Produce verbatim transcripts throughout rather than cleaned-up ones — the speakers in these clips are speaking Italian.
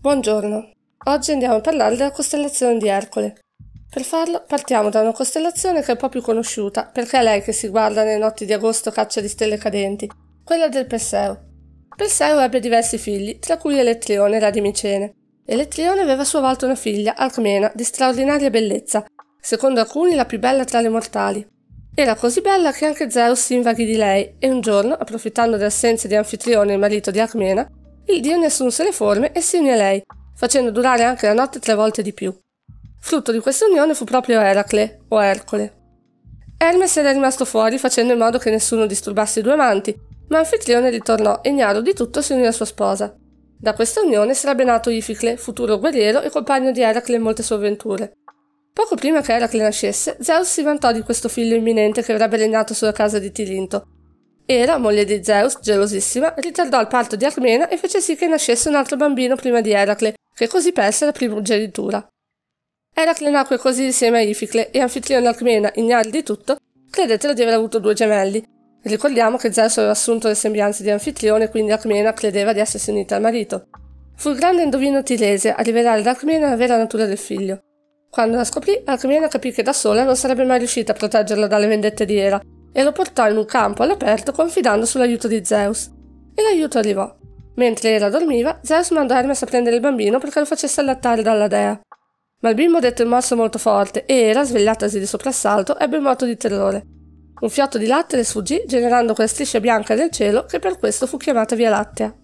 Buongiorno, oggi andiamo a parlare della costellazione di Ercole. Per farlo partiamo da una costellazione che è un po' più conosciuta, perché è lei che si guarda nelle notti di agosto caccia di stelle cadenti, quella del Perseo. Perseo ebbe diversi figli, tra cui Elettrione, re di Micene. Elettrione aveva a sua volta una figlia, Alcmena, di straordinaria bellezza, secondo alcuni la più bella tra le mortali. Era così bella che anche Zeus si invaghì di lei e un giorno, approfittando dell'assenza di Anfitrione, il marito di Alcmena, il dio ne assunse le forme e si unì a lei, facendo durare anche la notte tre volte di più. Frutto di questa unione fu proprio Eracle, o Ercole. Hermes era rimasto fuori, facendo in modo che nessuno disturbasse i due amanti, ma Anfitrione ritornò e ignaro di tutto si unì alla sua sposa. Da questa unione sarebbe nato Ificle, futuro guerriero e compagno di Eracle in molte sue avventure. Poco prima che Eracle nascesse, Zeus si vantò di questo figlio imminente che avrebbe regnato sulla casa di Tilinto. Era, moglie di Zeus, gelosissima, ritardò il parto di Alcmena e fece sì che nascesse un altro bambino prima di Eracle, che così perse la primogenitura. Eracle nacque così insieme a Ificle e Anfitrione e Alcmena, ignari di tutto, credettero di aver avuto due gemelli. Ricordiamo che Zeus aveva assunto le sembianze di Anfitrione, quindi Alcmena credeva di essersi unita al marito. Fu il grande indovino Tilese a rivelare ad Alcmena la vera natura del figlio. Quando la scoprì, Alcmena capì che da sola non sarebbe mai riuscita a proteggerlo dalle vendette di Era, e lo portò in un campo all'aperto confidando sull'aiuto di Zeus. E l'aiuto arrivò. Mentre Era dormiva, Zeus mandò Hermes a prendere il bambino perché lo facesse allattare dalla dea. Ma il bimbo dette un morso molto forte e Era, svegliatasi di soprassalto, ebbe un moto di terrore. Un fiotto di latte le sfuggì, generando quella striscia bianca nel cielo che per questo fu chiamata Via Lattea.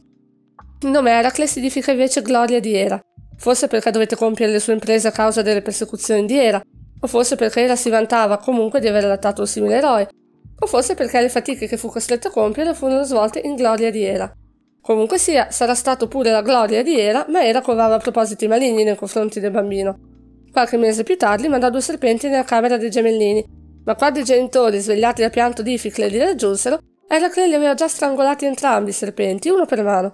Il nome Eracle significa invece gloria di Era, forse perché dovette compiere le sue imprese a causa delle persecuzioni di Era, o forse perché Era si vantava comunque di aver allattato un simile eroe, o forse perché le fatiche che fu costretto a compiere furono svolte in gloria di Era. Comunque sia, sarà stato pure la gloria di Era, ma Era covava propositi maligni nei confronti del bambino. Qualche mese più tardi mandò due serpenti nella camera dei gemellini, ma quando i genitori, svegliati dal pianto di Ificle, li raggiunsero, Eracle li aveva già strangolati entrambi i serpenti, uno per mano.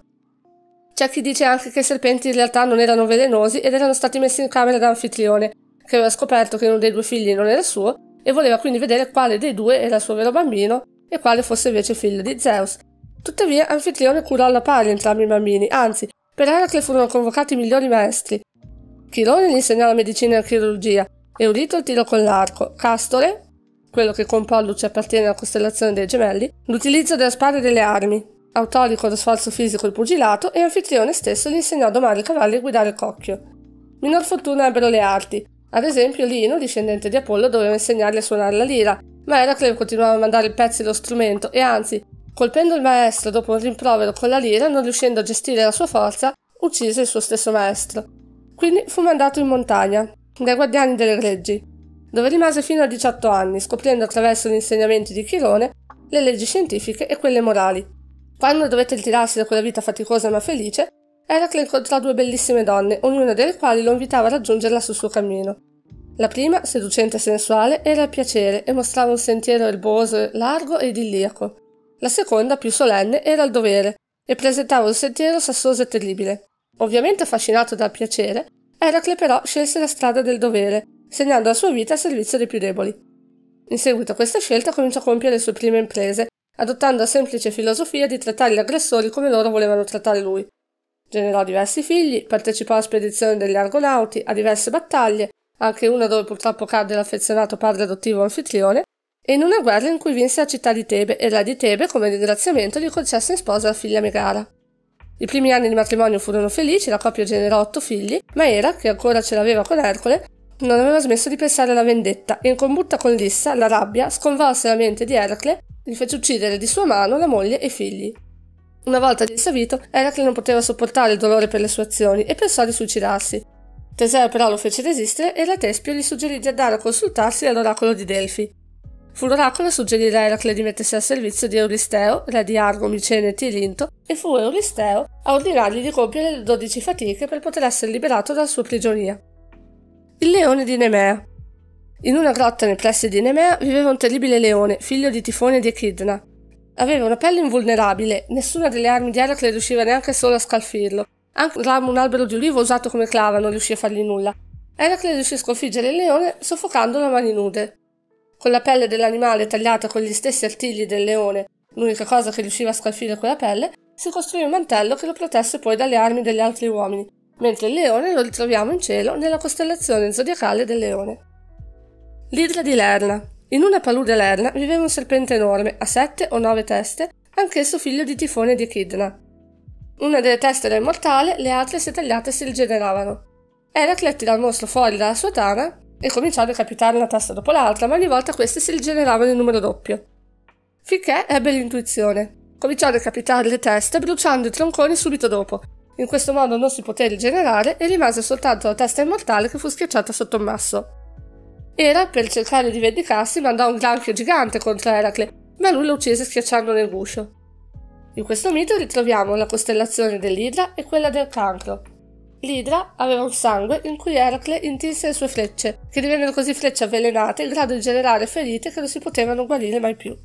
C'è chi dice anche che i serpenti in realtà non erano velenosi ed erano stati messi in camera da Anfitrione, che aveva scoperto che uno dei due figli non era suo e voleva quindi vedere quale dei due era il suo vero bambino e quale fosse invece figlio di Zeus. Tuttavia Anfitrione curò alla pari entrambi i bambini, anzi, per Eracle furono convocati i migliori maestri. Chirone gli insegnò la medicina e la chirurgia, Eurito il tiro con l'arco, Castore, quello che con Polluce appartiene alla costellazione dei gemelli, l'utilizzo della spada e delle armi, Autolico lo sforzo fisico e il pugilato e Anfitrione stesso gli insegnò a domare i cavalli e guidare il cocchio. Minor fortuna ebbero le arti. Ad esempio Lino, discendente di Apollo, doveva insegnargli a suonare la lira, ma Eracle continuava a mandare i pezzi dello strumento e anzi, colpendo il maestro dopo un rimprovero con la lira, non riuscendo a gestire la sua forza, uccise il suo stesso maestro. Quindi fu mandato in montagna, dai guardiani delle greggi, dove rimase fino a diciotto anni, scoprendo attraverso gli insegnamenti di Chirone le leggi scientifiche e quelle morali. Quando dovette ritirarsi da quella vita faticosa ma felice, Eracle incontrò due bellissime donne, ognuna delle quali lo invitava a raggiungerla sul suo cammino. La prima, seducente e sensuale, era il piacere e mostrava un sentiero erboso, largo e idilliaco. La seconda, più solenne, era il dovere e presentava un sentiero sassoso e terribile. Ovviamente affascinato dal piacere, Eracle però scelse la strada del dovere, segnando la sua vita a servizio dei più deboli. In seguito a questa scelta cominciò a compiere le sue prime imprese, adottando la semplice filosofia di trattare gli aggressori come loro volevano trattare lui. Generò diversi figli, partecipò alla spedizione degli Argonauti, a diverse battaglie, anche una dove purtroppo cadde l'affezionato padre adottivo Anfitrione, e in una guerra in cui vinse la città di Tebe e il re di Tebe, come ringraziamento, gli concesse in sposa la figlia Megara. I primi anni di matrimonio furono felici, la coppia generò otto figli, ma Era, che ancora ce l'aveva con Ercole, non aveva smesso di pensare alla vendetta e in combutta con Lissa, la rabbia, sconvolse la mente di Eracle, gli fece uccidere di sua mano la moglie e i figli. Una volta disavvito, Eracle non poteva sopportare il dolore per le sue azioni e pensò di suicidarsi. Teseo però lo fece resistere e la Tespio gli suggerì di andare a consultarsi all'oracolo di Delfi. Fu l'oracolo a suggerire a Eracle di mettersi al servizio di Euristeo, re di Argo, Micene e Tilinto, e fu Euristeo a ordinargli di compiere le dodici fatiche per poter essere liberato dalla sua prigionia. Il leone di Nemea. In una grotta nei pressi di Nemea viveva un terribile leone, figlio di Tifone e di Echidna. Aveva una pelle invulnerabile, nessuna delle armi di Eracle riusciva neanche solo a scalfirlo. Anche un ramo un albero di ulivo usato come clava non riuscì a fargli nulla. Eracle riuscì a sconfiggere il leone soffocandolo a mani nude. Con la pelle dell'animale tagliata con gli stessi artigli del leone, l'unica cosa che riusciva a scalfire quella pelle, si costruì un mantello che lo protesse poi dalle armi degli altri uomini, mentre il leone lo ritroviamo in cielo nella costellazione zodiacale del leone. L'idra di Lerna. In una palude Lerna viveva un serpente enorme, a sette o nove teste, anch'esso figlio di Tifone e di Echidna. Una delle teste era immortale, le altre se tagliate si rigeneravano. Eracle tirò il mostro fuori dalla sua tana e cominciò a decapitare una testa dopo l'altra, ma ogni volta queste si rigeneravano in numero doppio. Finché ebbe l'intuizione. Cominciò a decapitare le teste, bruciando i tronconi subito dopo. In questo modo non si poté rigenerare e rimase soltanto la testa immortale che fu schiacciata sotto un masso. Era, per cercare di vendicarsi, mandò un granchio gigante contro Eracle, ma lui lo uccise schiacciandolo nel guscio. In questo mito ritroviamo la costellazione dell'Idra e quella del Cancro. L'Idra aveva un sangue in cui Eracle intinse le sue frecce, che divennero così frecce avvelenate in grado di generare ferite che non si potevano guarire mai più.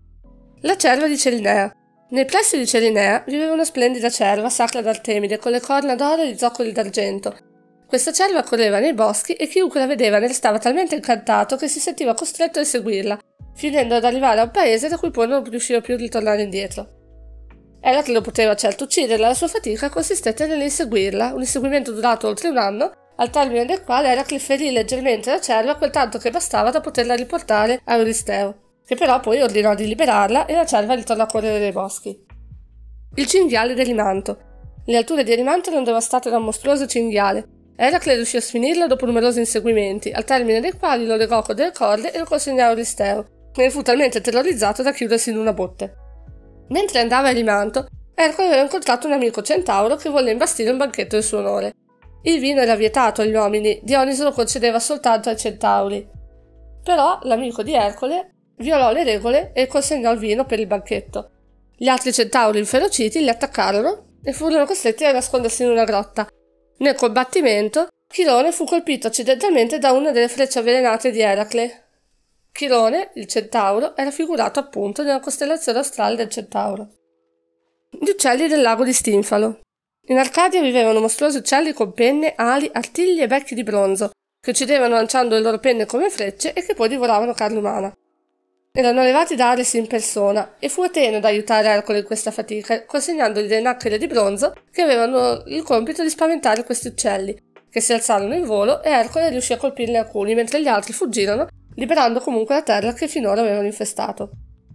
La cerva di Cerinea. Nei pressi di Cerinea viveva una splendida cerva sacra d'Artemide con le corna d'oro e gli zoccoli d'argento. Questa cerva correva nei boschi e chiunque la vedeva ne restava talmente incantato che si sentiva costretto a seguirla, finendo ad arrivare a un paese da cui poi non riusciva più a ritornare indietro. Eracle lo poteva certo ucciderla, la sua fatica consistette nell'inseguirla, un inseguimento durato oltre un anno, al termine del quale Eracle ferì leggermente la cerva quel tanto che bastava da poterla riportare a Euristeo, che però poi ordinò di liberarla e la cerva ritornò a correre nei boschi. Il cinghiale di Erimanto. Le alture di Erimanto erano devastate da un mostruoso cinghiale. Eracle riuscì a sfinirlo dopo numerosi inseguimenti, al termine dei quali lo legò con delle corde e lo consegnò a Euristeo, che ne fu talmente terrorizzato da chiudersi in una botte. Mentre andava a Erimanto, Ercole aveva incontrato un amico centauro che volle imbastire un banchetto in suo onore. Il vino era vietato agli uomini, Dioniso lo concedeva soltanto ai centauri. Però l'amico di Ercole violò le regole e consegnò il vino per il banchetto. Gli altri centauri inferociti li attaccarono e furono costretti a nascondersi in una grotta. Nel combattimento, Chirone fu colpito accidentalmente da una delle frecce avvelenate di Eracle. Chirone, il centauro, era figurato appunto nella costellazione astrale del centauro. Gli uccelli del lago di Stinfalo. In Arcadia vivevano mostruosi uccelli con penne, ali, artigli e becchi di bronzo, che uccidevano lanciando le loro penne come frecce e che poi divoravano carne umana. Erano allevati da Ares in persona e fu Atene ad aiutare Ercole in questa fatica, consegnandogli delle nacchere di bronzo che avevano il compito di spaventare questi uccelli, che si alzarono in volo e Ercole riuscì a colpirne alcuni, mentre gli altri fuggirono, liberando comunque la terra che finora avevano infestato.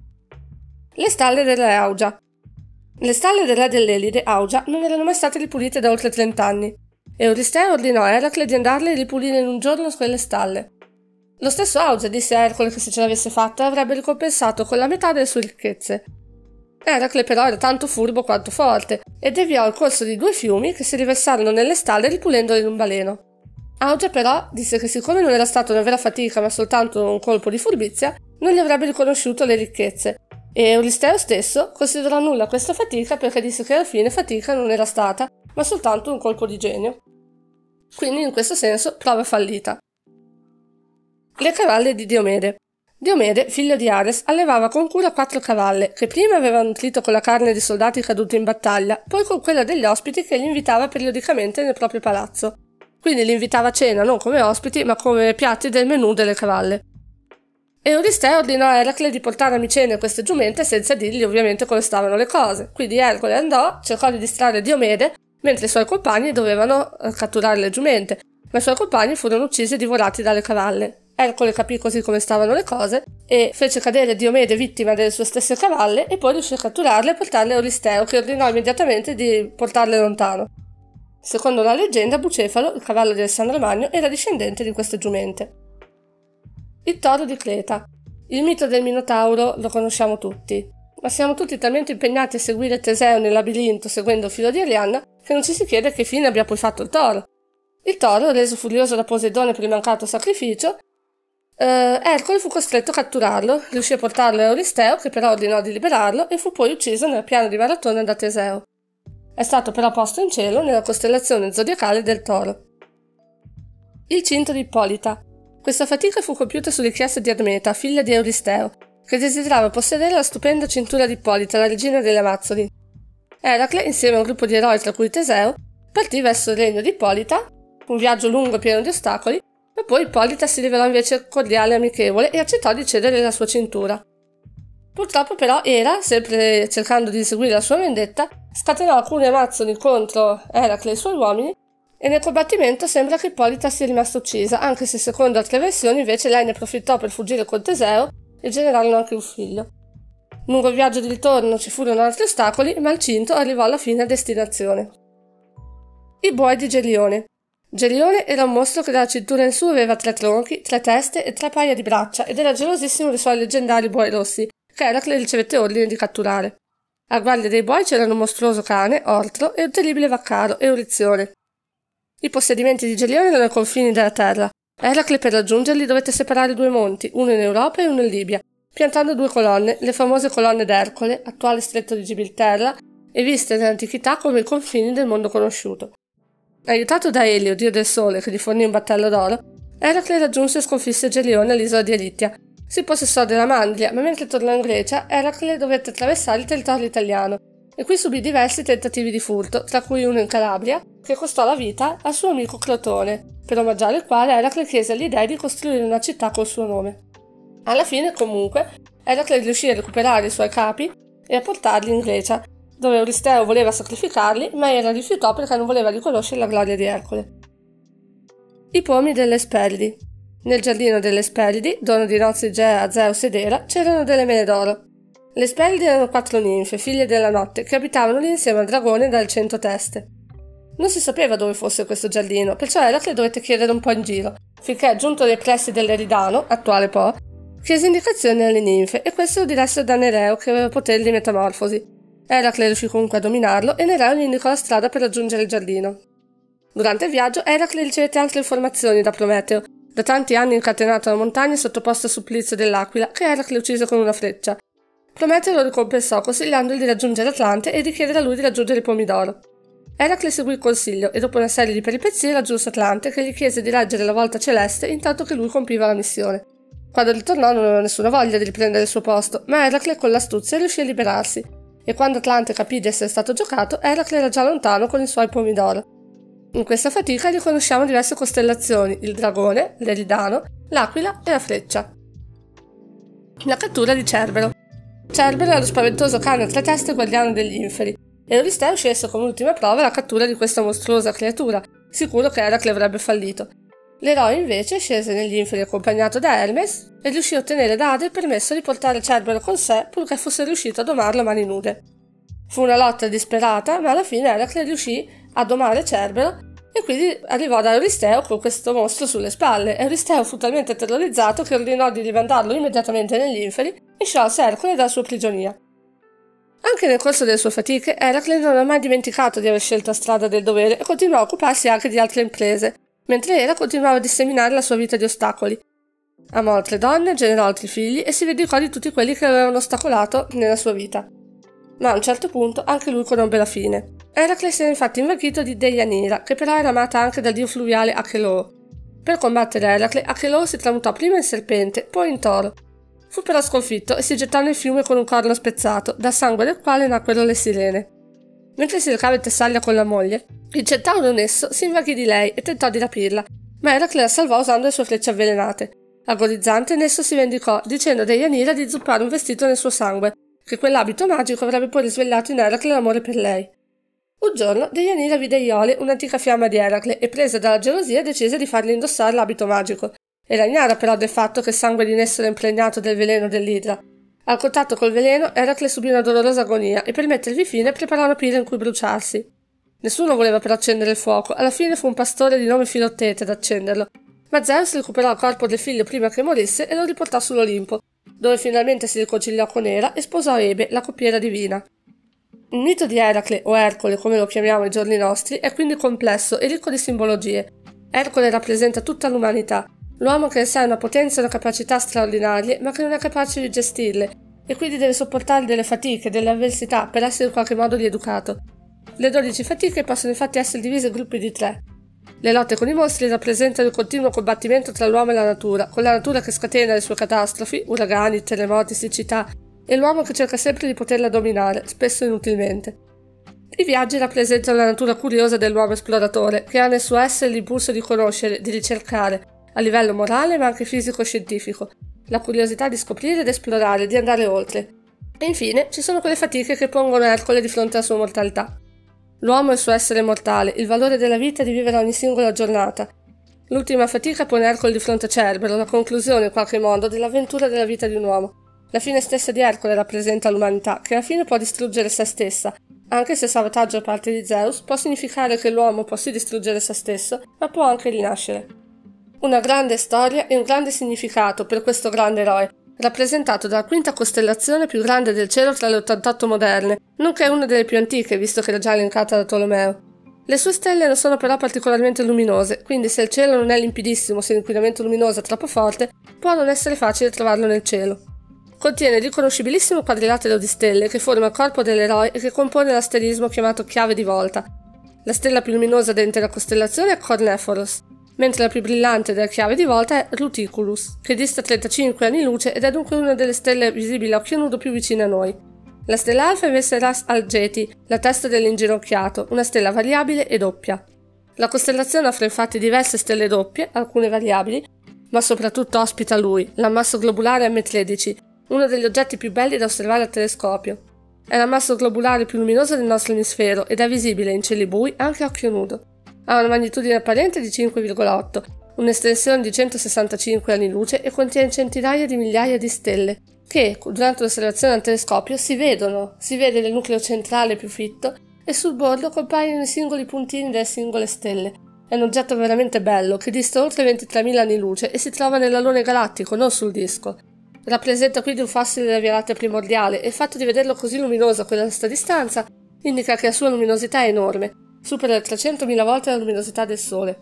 Le stalle del re Augia. Le stalle del re dell'Elide, Augia, non erano mai state ripulite da oltre trent'anni. Euristeo ordinò a Eracle di andarle a ripulire in un giorno quelle stalle. Lo stesso Augia disse a Ercole che se ce l'avesse fatta avrebbe ricompensato con la metà delle sue ricchezze. Eracle però era tanto furbo quanto forte e deviò il corso di due fiumi che si riversarono nelle stalle ripulendole in un baleno. Augia però disse che siccome non era stata una vera fatica ma soltanto un colpo di furbizia, non gli avrebbe riconosciuto le ricchezze, e Euristeo stesso considerò nulla questa fatica perché disse che alla fine fatica non era stata, ma soltanto un colpo di genio. Quindi in questo senso prova fallita. Le cavalle di Diomede. Diomede, figlio di Ares, allevava con cura quattro cavalle, che prima aveva nutrito con la carne di soldati caduti in battaglia, poi con quella degli ospiti che li invitava periodicamente nel proprio palazzo. Quindi li invitava a cena non come ospiti, ma come piatti del menù delle cavalle. Euristeo ordinò a Eracle di portare a Micene queste giumente senza dirgli ovviamente come stavano le cose. Quindi Ercole andò, cercò di distrarre Diomede, mentre i suoi compagni dovevano catturare le giumente, ma i suoi compagni furono uccisi e divorati dalle cavalle. Ercole capì così come stavano le cose e fece cadere Diomede vittima delle sue stesse cavalle e poi riuscì a catturarle e portarle a Euristeo, che ordinò immediatamente di portarle lontano. Secondo la leggenda, Bucefalo, il cavallo di Alessandro Magno, era discendente di queste giumente. Il toro di Creta. Il mito del Minotauro lo conosciamo tutti, ma siamo tutti talmente impegnati a seguire Teseo nel labirinto seguendo il filo di Arianna che non ci si chiede che fine abbia poi fatto il toro. Il toro, reso furioso da Poseidone per il mancato sacrificio, Uh, Ercole fu costretto a catturarlo, riuscì a portarlo a Euristeo, che però ordinò di liberarlo e fu poi ucciso nel piano di Maratone da Teseo. È stato però posto in cielo nella costellazione zodiacale del Toro. Il cinto di Ippolita. Questa fatica fu compiuta su richiesta di Admeta, figlia di Euristeo, che desiderava possedere la stupenda cintura di Ippolita, la regina delle Amazzoni. Eracle, insieme a un gruppo di eroi tra cui Teseo, partì verso il regno di Ippolita, un viaggio lungo e pieno di ostacoli, ma poi Ippolita si rivelò invece cordiale e amichevole e accettò di cedere la sua cintura. Purtroppo però Era, sempre cercando di eseguire la sua vendetta, scatenò alcune amazzoni contro Eracle e i suoi uomini e nel combattimento sembra che Ippolita sia rimasta uccisa, anche se secondo altre versioni invece lei ne approfittò per fuggire con Teseo e generarono anche un figlio. Lungo il viaggio di ritorno ci furono altri ostacoli, ma il Cinto arrivò alla fine a destinazione. I buoi di Gelione. Gelione era un mostro che dalla cintura in su aveva tre tronchi, tre teste e tre paia di braccia ed era gelosissimo dei suoi leggendari buoi rossi, che Eracle ricevette ordine di catturare. A guardia dei buoi c'erano un mostruoso cane, Ortro, e un terribile vaccaro, Eurizione. I possedimenti di Gelione erano ai confini della terra. Eracle per raggiungerli dovette separare due monti, uno in Europa e uno in Libia, piantando due colonne, le famose colonne d'Ercole, attuale stretto di Gibilterra, e viste nell'antichità come i confini del mondo conosciuto. Aiutato da Elio, dio del sole, che gli fornì un battello d'oro, Eracle raggiunse e sconfisse Gelione all'isola di Eritia. Si possessò della Mandria, ma mentre tornò in Grecia, Eracle dovette attraversare il territorio italiano, e qui subì diversi tentativi di furto, tra cui uno in Calabria, che costò la vita al suo amico Crotone, per omaggiare il quale Eracle chiese agli dei di costruire una città col suo nome. Alla fine, comunque, Eracle riuscì a recuperare i suoi capi e a portarli in Grecia, dove Euristeo voleva sacrificarli, ma Era rifiutò perché non voleva riconoscere la gloria di Ercole. I pomi delle Espelidi. Nel giardino delle Espelidi, dono di nozze di Gea a Zeus ed Era, c'erano delle mele d'oro. Le Espelidi erano quattro ninfe, figlie della notte, che abitavano lì insieme al dragone dalle cento teste. Non si sapeva dove fosse questo giardino, perciò Eracle dovette chiedere un po' in giro, finché, giunto nei pressi dell'Eridano, attuale Po, chiese indicazioni alle ninfe e queste lo diressero da Nereo, che aveva poteri di metamorfosi. Eracle riuscì comunque a dominarlo e Nereo gli indicò la strada per raggiungere il giardino. Durante il viaggio Eracle ricevette altre informazioni da Prometeo, da tanti anni incatenato alla montagna e sottoposto al supplizio dell'aquila, che Eracle uccise con una freccia. Prometeo lo ricompensò consigliandogli di raggiungere Atlante e di chiedere a lui di raggiungere i pomidoro. Eracle seguì il consiglio e dopo una serie di peripezie raggiunse Atlante, che gli chiese di reggere la volta celeste intanto che lui compiva la missione. Quando ritornò non aveva nessuna voglia di riprendere il suo posto, ma Eracle con l'astuzia riuscì a liberarsi, e quando Atlante capì di essere stato giocato, Eracle era già lontano con i suoi pomidoro. In questa fatica riconosciamo diverse costellazioni, il dragone, l'Eridano, l'aquila e la freccia. La cattura di Cerbero. Cerbero era lo spaventoso cane a tre teste guardiano degli inferi, e Euristeo scelse come ultima prova la cattura di questa mostruosa creatura, sicuro che Eracle avrebbe fallito. L'eroe invece scese negli inferi accompagnato da Hermes e riuscì a ottenere da Ade il permesso di portare Cerbero con sé purché fosse riuscito a domarlo a mani nude. Fu una lotta disperata, ma alla fine Eracle riuscì a domare Cerbero e quindi arrivò da Euristeo con questo mostro sulle spalle. Euristeo fu talmente terrorizzato che ordinò di rimandarlo immediatamente negli inferi e sciolse Ercole dalla sua prigionia. Anche nel corso delle sue fatiche, Eracle non ha mai dimenticato di aver scelto la strada del dovere e continuò a occuparsi anche di altre imprese, mentre Era continuava a disseminare la sua vita di ostacoli. Amò altre donne, generò altri figli e si vendicò di tutti quelli che avevano ostacolato nella sua vita. Ma a un certo punto anche lui conobbe la fine. Eracle si era infatti invaghito di Deianira, che però era amata anche dal dio fluviale Acheloo. Per combattere Eracle, Acheloo si tramutò prima in serpente, poi in toro. Fu però sconfitto e si gettò nel fiume con un corno spezzato, dal sangue del quale nacquero le sirene. Mentre si recava in Tessaglia con la moglie, il centauro Nesso si invaghì di lei e tentò di rapirla, ma Eracle la salvò usando le sue frecce avvelenate. Agonizzante, Nesso si vendicò, dicendo a Deianira di zuppare un vestito nel suo sangue, che quell'abito magico avrebbe poi risvegliato in Eracle l'amore per lei. Un giorno Deianira vide Iole, un'antica fiamma di Eracle, e presa dalla gelosia decise di fargli indossare l'abito magico. Era ignara però del fatto che il sangue di Nesso era impregnato del veleno dell'idra. Al contatto col veleno, Eracle subì una dolorosa agonia e per mettervi fine preparò una pira in cui bruciarsi. Nessuno voleva però accendere il fuoco, alla fine fu un pastore di nome Filottete ad accenderlo, ma Zeus recuperò il corpo del figlio prima che morisse e lo riportò sull'Olimpo, dove finalmente si riconciliò con Era e sposò Ebe, la coppiera divina. Il mito di Eracle, o Ercole come lo chiamiamo ai giorni nostri, è quindi complesso e ricco di simbologie. Ercole rappresenta tutta l'umanità, l'uomo che in sé ha una potenza e una capacità straordinarie, ma che non è capace di gestirle, e quindi deve sopportare delle fatiche, delle avversità, per essere in qualche modo rieducato. Le dodici fatiche possono infatti essere divise in gruppi di tre. Le lotte con i mostri rappresentano il continuo combattimento tra l'uomo e la natura, con la natura che scatena le sue catastrofi, uragani, terremoti, siccità, e l'uomo che cerca sempre di poterla dominare, spesso inutilmente. I viaggi rappresentano la natura curiosa dell'uomo esploratore, che ha nel suo essere l'impulso di conoscere, di ricercare, a livello morale ma anche fisico-scientifico, la curiosità di scoprire ed esplorare, di andare oltre. E infine ci sono quelle fatiche che pongono Ercole di fronte alla sua mortalità. L'uomo e il suo essere mortale, il valore della vita è di vivere ogni singola giornata. L'ultima fatica pone Ercole di fronte a Cerbero, la conclusione in qualche modo dell'avventura della vita di un uomo. La fine stessa di Ercole rappresenta l'umanità, che alla fine può distruggere se stessa, anche se il salvataggio da parte di Zeus può significare che l'uomo può sì distruggere se stesso, ma può anche rinascere. Una grande storia e un grande significato per questo grande eroe, rappresentato dalla quinta costellazione più grande del cielo tra le ottantotto moderne, nonché una delle più antiche, visto che era già elencata da Tolomeo. Le sue stelle non sono però particolarmente luminose, quindi se il cielo non è limpidissimo, se l'inquinamento luminoso è troppo forte, può non essere facile trovarlo nel cielo. Contiene il riconoscibilissimo quadrilatero di stelle che forma il corpo dell'eroe e che compone l'asterismo chiamato chiave di volta. La stella più luminosa dell'intera costellazione è Cornephoros, mentre la più brillante della chiave di volta è Ruticulus, che dista trentacinque anni luce ed è dunque una delle stelle visibili a occhio nudo più vicine a noi. La stella alfa invece è Ras Algeti, la testa dell'inginocchiato, una stella variabile e doppia. La costellazione offre infatti diverse stelle doppie, alcune variabili, ma soprattutto ospita lui, l'ammasso globulare emme tredici, uno degli oggetti più belli da osservare al telescopio. È l'ammasso globulare più luminoso del nostro emisfero ed è visibile in cieli bui anche a occhio nudo. Ha una magnitudine apparente di cinque virgola otto, un'estensione di centosessantacinque anni luce e contiene centinaia di migliaia di stelle, che, durante l'osservazione al telescopio, si vedono, si vede nel nucleo centrale più fitto e sul bordo compaiono i singoli puntini delle singole stelle. È un oggetto veramente bello, che dista oltre ventitremila anni luce e si trova nell'alone galattico, non sul disco. Rappresenta quindi un fossile della Via Lattea primordiale e il fatto di vederlo così luminoso a questa distanza indica che la sua luminosità è enorme, supera trecentomila volte la luminosità del Sole.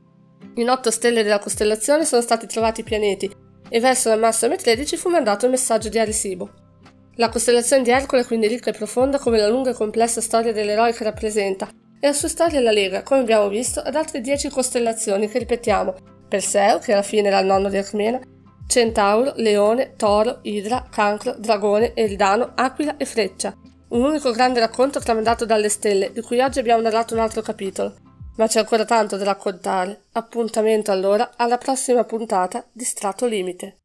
In otto stelle della costellazione sono stati trovati pianeti e verso l'ammasso emme tredici fu mandato il messaggio di Arecibo. La costellazione di Ercole è quindi ricca e profonda come la lunga e complessa storia dell'eroe che rappresenta, e la sua storia la lega, come abbiamo visto, ad altre dieci costellazioni che ripetiamo: Perseo, che alla fine era il nonno di Alcmena, Centauro, Leone, Toro, Idra, Cancro, Dragone, Eridano, Aquila e Freccia. Un unico grande racconto tramandato dalle stelle, di cui oggi abbiamo narrato un altro capitolo. Ma c'è ancora tanto da raccontare. Appuntamento allora alla prossima puntata di Strato Limite.